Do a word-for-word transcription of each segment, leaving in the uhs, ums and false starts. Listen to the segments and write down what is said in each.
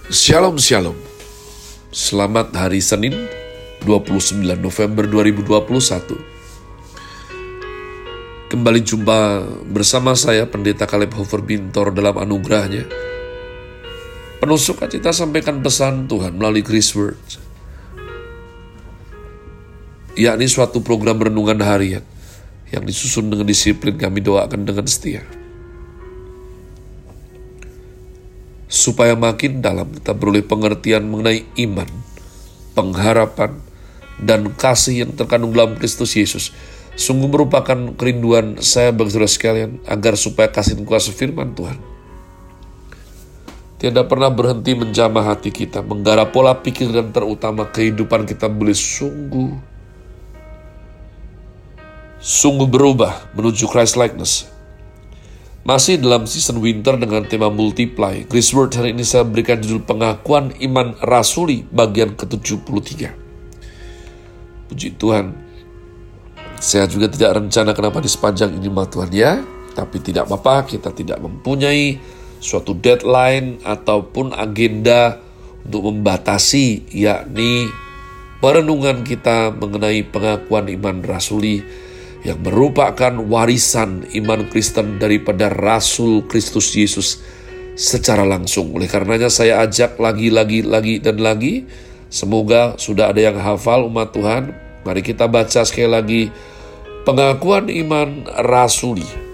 Shalom Shalom. Selamat hari Senin dua puluh sembilan November dua ribu dua puluh satu. Kembali jumpa bersama saya Pendeta Caleb Hofer Bintor dalam anugerahnya. Penuh sukacita sampaikan pesan Tuhan melalui Grace Word, yakni suatu program renungan harian yang disusun dengan disiplin kami doakan dengan setia, supaya makin dalam kita beroleh pengertian mengenai iman, pengharapan, dan kasih yang terkandung dalam Kristus Yesus. Sungguh merupakan kerinduan saya bagi saudara sekalian, agar supaya kasih dan kuasa firman Tuhan tiada pernah berhenti menjamah hati kita, menggarap pola pikir dan terutama kehidupan kita boleh sungguh, sungguh berubah menuju Christ likeness. Masih dalam season winter dengan tema multiply, Grace Word hari ini saya berikan judul pengakuan iman rasuli bagian ke tujuh puluh tiga. Puji Tuhan, saya juga tidak rencana kenapa di sepanjang ini mah Tuhan ya, tapi tidak apa-apa, kita tidak mempunyai suatu deadline ataupun agenda untuk membatasi, yakni perenungan kita mengenai pengakuan iman rasuli yang merupakan warisan iman Kristen daripada Rasul Kristus Yesus secara langsung. Oleh karenanya saya ajak lagi-lagi lagi dan lagi, semoga sudah ada yang hafal umat Tuhan. Mari kita baca sekali lagi pengakuan iman rasuli.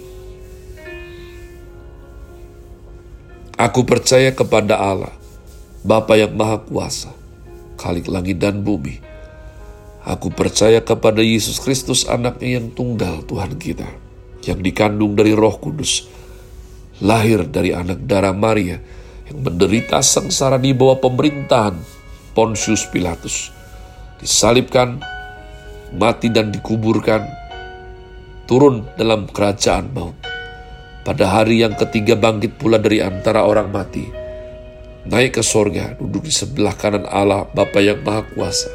Aku percaya kepada Allah, Bapa yang Maha Kuasa, Khalik langit dan bumi. Aku percaya kepada Yesus Kristus, anaknya yang tunggal Tuhan kita, yang dikandung dari Roh Kudus, lahir dari anak darah Maria, yang menderita sengsara di bawah pemerintahan Pontius Pilatus, disalibkan, mati dan dikuburkan, turun dalam kerajaan maut. Pada hari yang ketiga bangkit pula dari antara orang mati, naik ke sorga, duduk di sebelah kanan Allah Bapa yang Maha Kuasa.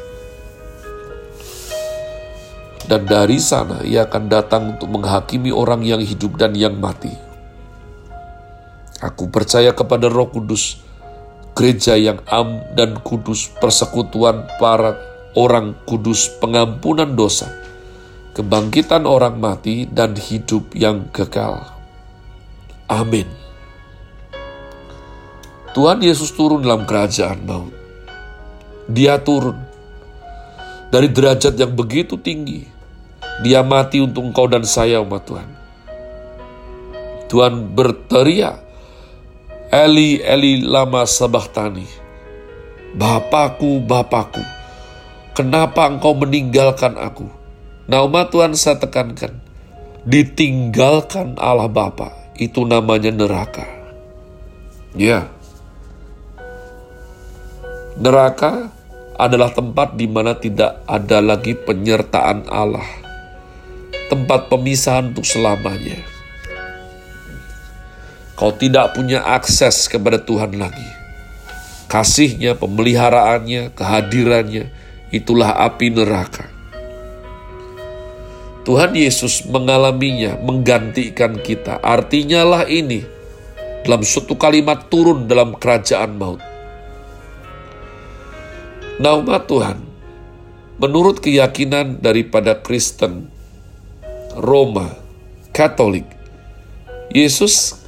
Dan dari sana ia akan datang untuk menghakimi orang yang hidup dan yang mati. Aku percaya kepada Roh Kudus, gereja yang am dan kudus, persekutuan para orang kudus, pengampunan dosa, kebangkitan orang mati, dan hidup yang kekal. Amin. Tuhan Yesus turun dalam kerajaan maut. Dia turun dari derajat yang begitu tinggi. Dia mati untuk engkau dan saya, umat Tuhan. Tuhan berteriak, Eli, Eli, lama sabachthani. Bapakku, Bapakku, kenapa engkau meninggalkan aku? Nah umat Tuhan, saya tekankan, ditinggalkan Allah Bapa, itu namanya neraka. Ya, neraka adalah tempat di mana tidak ada lagi penyertaan Allah, tempat pemisahan untuk selamanya. Kau tidak punya akses kepada Tuhan lagi. Kasihnya, pemeliharaannya, kehadirannya, itulah api neraka. Tuhan Yesus mengalaminya, menggantikan kita. Artinya lah ini, dalam suatu kalimat turun dalam kerajaan maut. Nah umat Tuhan, menurut keyakinan daripada Kristen, Roma, Katolik, Yesus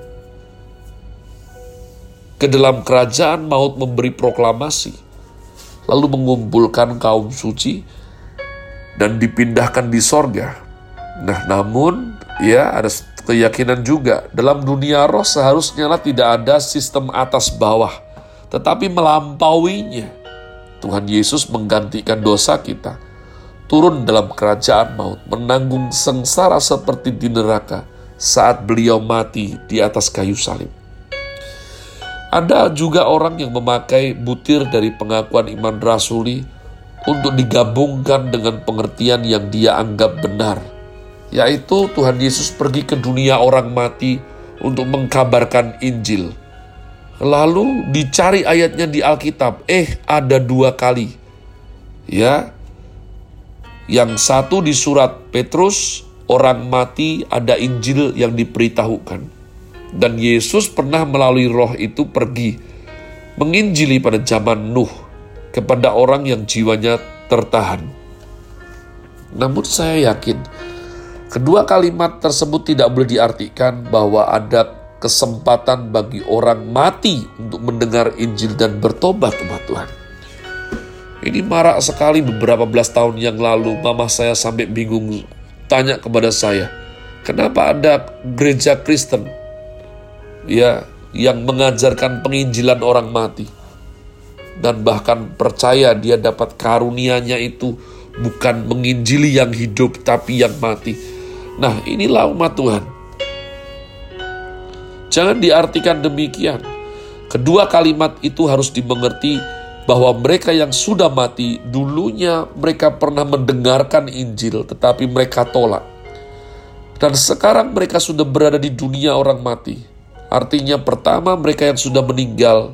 ke dalam kerajaan maut memberi proklamasi, lalu mengumpulkan kaum suci, dan dipindahkan di sorga. Nah namun ya ada keyakinan juga dalam dunia roh seharusnya lah tidak ada sistem atas bawah, tetapi melampauinya. Tuhan Yesus menggantikan dosa kita, turun dalam kerajaan maut, menanggung sengsara seperti di neraka saat beliau mati di atas kayu salib. Ada juga orang yang memakai butir dari pengakuan iman rasuli untuk digabungkan dengan pengertian yang dia anggap benar, yaitu Tuhan Yesus pergi ke dunia orang mati untuk mengkabarkan Injil. Lalu dicari ayatnya di Alkitab, eh ada dua kali. Ya, yang satu di surat Petrus, orang mati ada Injil yang diberitahukan. Dan Yesus pernah melalui roh itu pergi menginjili pada zaman Nuh kepada orang yang jiwanya tertahan. Namun saya yakin kedua kalimat tersebut tidak boleh diartikan bahwa ada kesempatan bagi orang mati untuk mendengar Injil dan bertobat, umat Tuhan. Ini marak sekali. Beberapa belas tahun yang lalu mama saya sampai bingung tanya kepada saya, kenapa ada gereja Kristen ya yang mengajarkan penginjilan orang mati, dan bahkan percaya dia dapat karunia-Nya itu bukan menginjili yang hidup tapi yang mati. Nah, inilah umat Tuhan. Jangan diartikan demikian. Kedua kalimat itu harus dimengerti bahwa mereka yang sudah mati, dulunya mereka pernah mendengarkan Injil tetapi mereka tolak. Dan sekarang mereka sudah berada di dunia orang mati. Artinya pertama, mereka yang sudah meninggal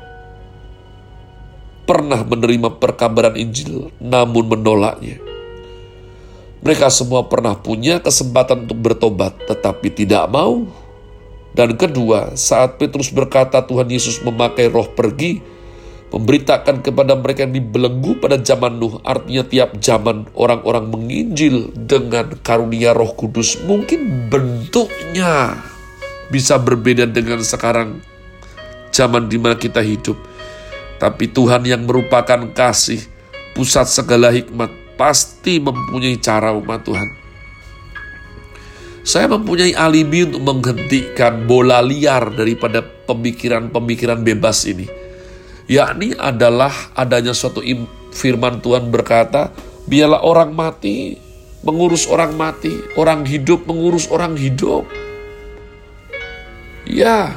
pernah menerima perkabaran Injil namun menolaknya. Mereka semua pernah punya kesempatan untuk bertobat tetapi tidak mau. Dan kedua, saat Petrus berkata Tuhan Yesus memakai roh pergi, memberitakan kepada mereka yang dibelenggu pada zaman Nuh, artinya tiap zaman orang-orang menginjil dengan karunia Roh Kudus. Mungkin bentuknya bisa berbeda dengan sekarang, zaman di mana kita hidup. Tapi Tuhan yang merupakan kasih, pusat segala hikmat, pasti mempunyai cara, umat Tuhan. Saya mempunyai alibi untuk menghentikan bola liar daripada pemikiran-pemikiran bebas ini. Yakni adalah adanya suatu firman Tuhan berkata, biarlah orang mati mengurus orang mati, orang hidup mengurus orang hidup. Ya,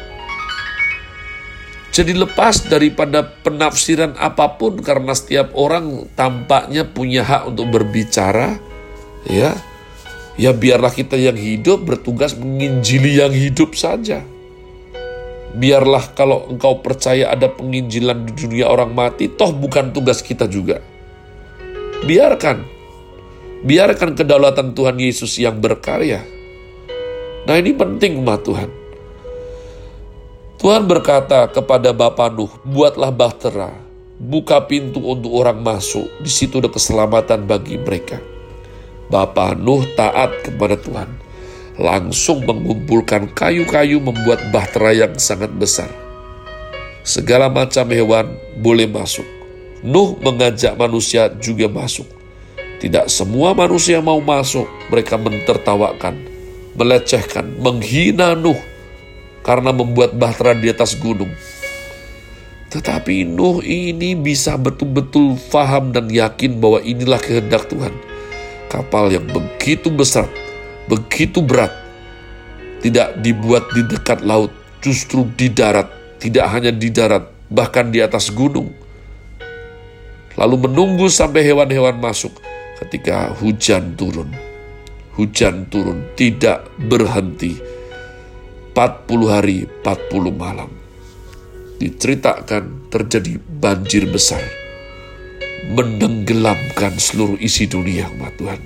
jadi lepas daripada penafsiran apapun, karena setiap orang tampaknya punya hak untuk berbicara, ya. Ya biarlah kita yang hidup bertugas menginjili yang hidup saja. Biarlah kalau engkau percaya ada penginjilan di dunia orang mati, toh bukan tugas kita juga. Biarkan. Biarkan kedaulatan Tuhan Yesus yang berkarya. Nah, ini penting, umat Tuhan. Tuhan berkata kepada Bapa Nuh, buatlah bahtera, buka pintu untuk orang masuk, di situ ada keselamatan bagi mereka. Bapa Nuh taat kepada Tuhan, langsung mengumpulkan kayu-kayu membuat bahtera yang sangat besar. Segala macam hewan boleh masuk. Nuh mengajak manusia juga masuk. Tidak semua manusia mau masuk. Mereka mentertawakan, melecehkan, menghina Nuh karena membuat bahtera di atas gunung. Tetapi Nuh ini bisa betul-betul faham dan yakin bahwa inilah kehendak Tuhan. Kapal yang begitu besar, begitu berat, tidak dibuat di dekat laut, justru di darat. Tidak hanya di darat, bahkan di atas gunung. Lalu menunggu sampai hewan-hewan masuk ketika hujan turun. Hujan turun tidak berhenti. empat puluh hari, empat puluh malam. Diceritakan terjadi banjir besar, menenggelamkan seluruh isi dunia, umat Tuhan.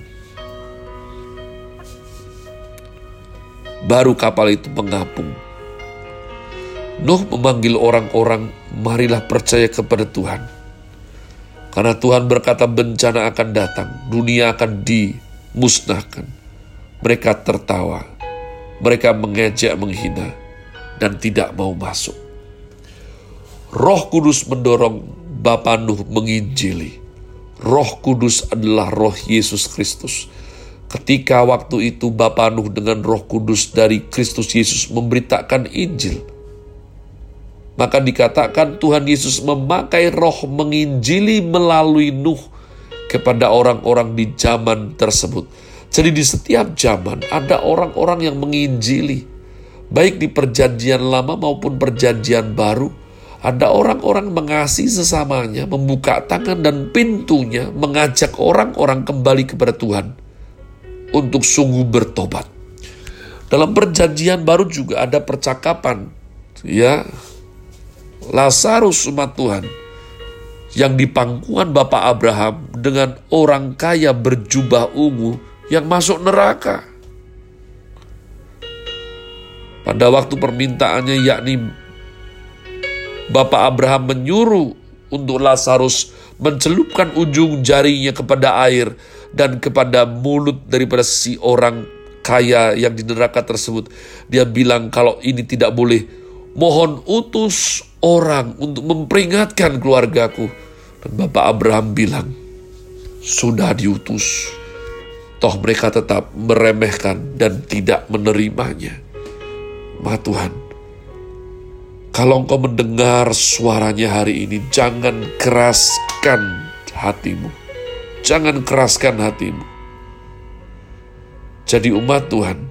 Baru kapal itu mengapung. Nuh memanggil orang-orang, marilah percaya kepada Tuhan. Karena Tuhan berkata bencana akan datang, dunia akan dimusnahkan. Mereka tertawa, mereka mengejek, menghina, dan tidak mau masuk. Roh Kudus mendorong Bapa Nuh menginjili. Roh Kudus adalah roh Yesus Kristus. Ketika waktu itu Bapa Nuh dengan Roh Kudus dari Kristus Yesus memberitakan Injil, maka dikatakan Tuhan Yesus memakai roh menginjili melalui Nuh kepada orang-orang di zaman tersebut. Jadi di setiap zaman ada orang-orang yang menginjili, baik di perjanjian lama maupun perjanjian baru. Ada orang-orang mengasihi sesamanya, membuka tangan dan pintunya, mengajak orang-orang kembali kepada Tuhan untuk sungguh bertobat. Dalam perjanjian baru juga ada percakapan, ya, Lazarus umat Tuhan yang di pangkuan Bapak Abraham dengan orang kaya berjubah ungu yang masuk neraka. Pada waktu permintaannya yakni Bapak Abraham menyuruh untuk Lazarus mencelupkan ujung jarinya kepada air dan kepada mulut daripada si orang kaya yang di neraka tersebut. Dia bilang, kalau ini tidak boleh, mohon utus orang untuk memperingatkan keluargaku. Dan Bapak Abraham bilang, sudah diutus. Toh mereka tetap meremehkan dan tidak menerimanya. Ma Tuhan, kalau Engkau mendengar suaranya hari ini, jangan keraskan hatimu. Jangan keraskan hatimu. Jadi umat Tuhan,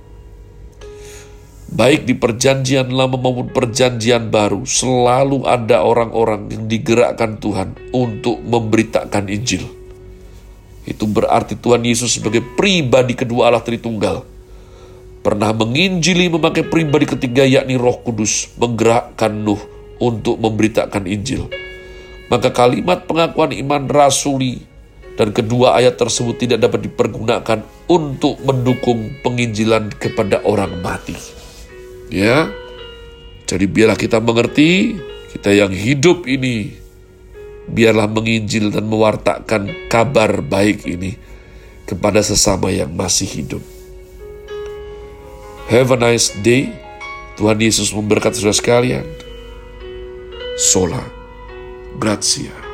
baik di perjanjian lama maupun perjanjian baru, selalu ada orang-orang yang digerakkan Tuhan untuk memberitakan Injil. Itu berarti Tuhan Yesus sebagai pribadi kedua Allah Tritunggal pernah menginjili memakai pribadi ketiga, yakni Roh Kudus, menggerakkan Nuh untuk memberitakan Injil. Maka kalimat pengakuan iman rasuli dan kedua ayat tersebut tidak dapat dipergunakan untuk mendukung penginjilan kepada orang mati. Ya, jadi biarlah kita mengerti, kita yang hidup ini, biarlah menginjil dan mewartakan kabar baik ini kepada sesama yang masih hidup. Have a nice day. Tuhan Yesus memberkati saudara sekalian. Sola Gratia.